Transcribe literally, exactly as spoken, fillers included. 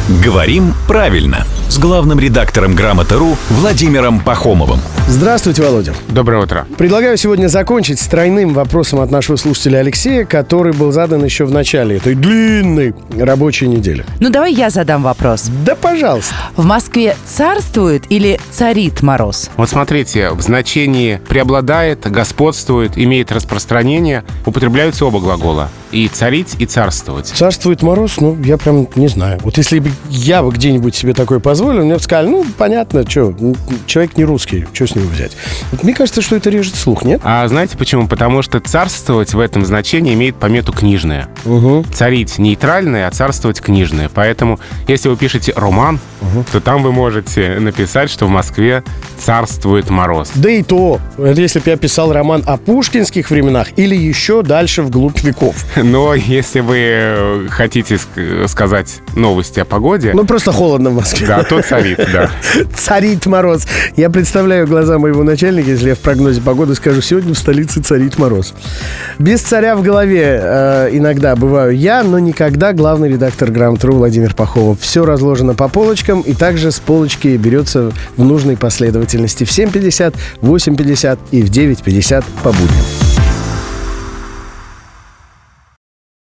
Говорим правильно с главным редактором Грамоты.ру Владимиром Пахомовым. Здравствуйте, Володя. Доброе утро. Предлагаю сегодня закончить с тройным вопросом от нашего слушателя Алексея, который был задан еще в начале этой длинной рабочей недели. Ну, давай я задам вопрос. Да, пожалуйста. В Москве царствует или царит мороз? Вот смотрите, в значении «преобладает», «господствует», «имеет распространение» употребляются оба глагола. И «царить», и «царствовать». Царствует мороз, ну, я прям не знаю. Вот если бы я бы где-нибудь себе такое позволил, мне бы сказали, ну, понятно, что, человек не русский, что с него взять? Вот мне кажется, что это режет слух, нет? А знаете почему? Потому что «царствовать» в этом значении имеет помету «книжное». Угу. «Царить» нейтральное, а «царствовать» книжное. Поэтому, если вы пишете роман, угу. то там вы можете написать, что в Москве царствует мороз. Да и то, если бы я писал роман о пушкинских временах или еще дальше вглубь веков. Но если вы хотите сказать новости о погоде... Ну, просто холодно в Москве. Да, то царит, да. Царит мороз. Я представляю глаза моего начальника, если я в прогнозе погоды скажу, сегодня в столице царит мороз. Без царя в голове э, иногда бываю я, но никогда главный редактор Грамоты.ру Владимир Пахомов. Все разложено по полочкам, и также с полочки берется в нужной последовательности в семь пятьдесят, в восемь пятьдесят и в девять пятьдесят по будням.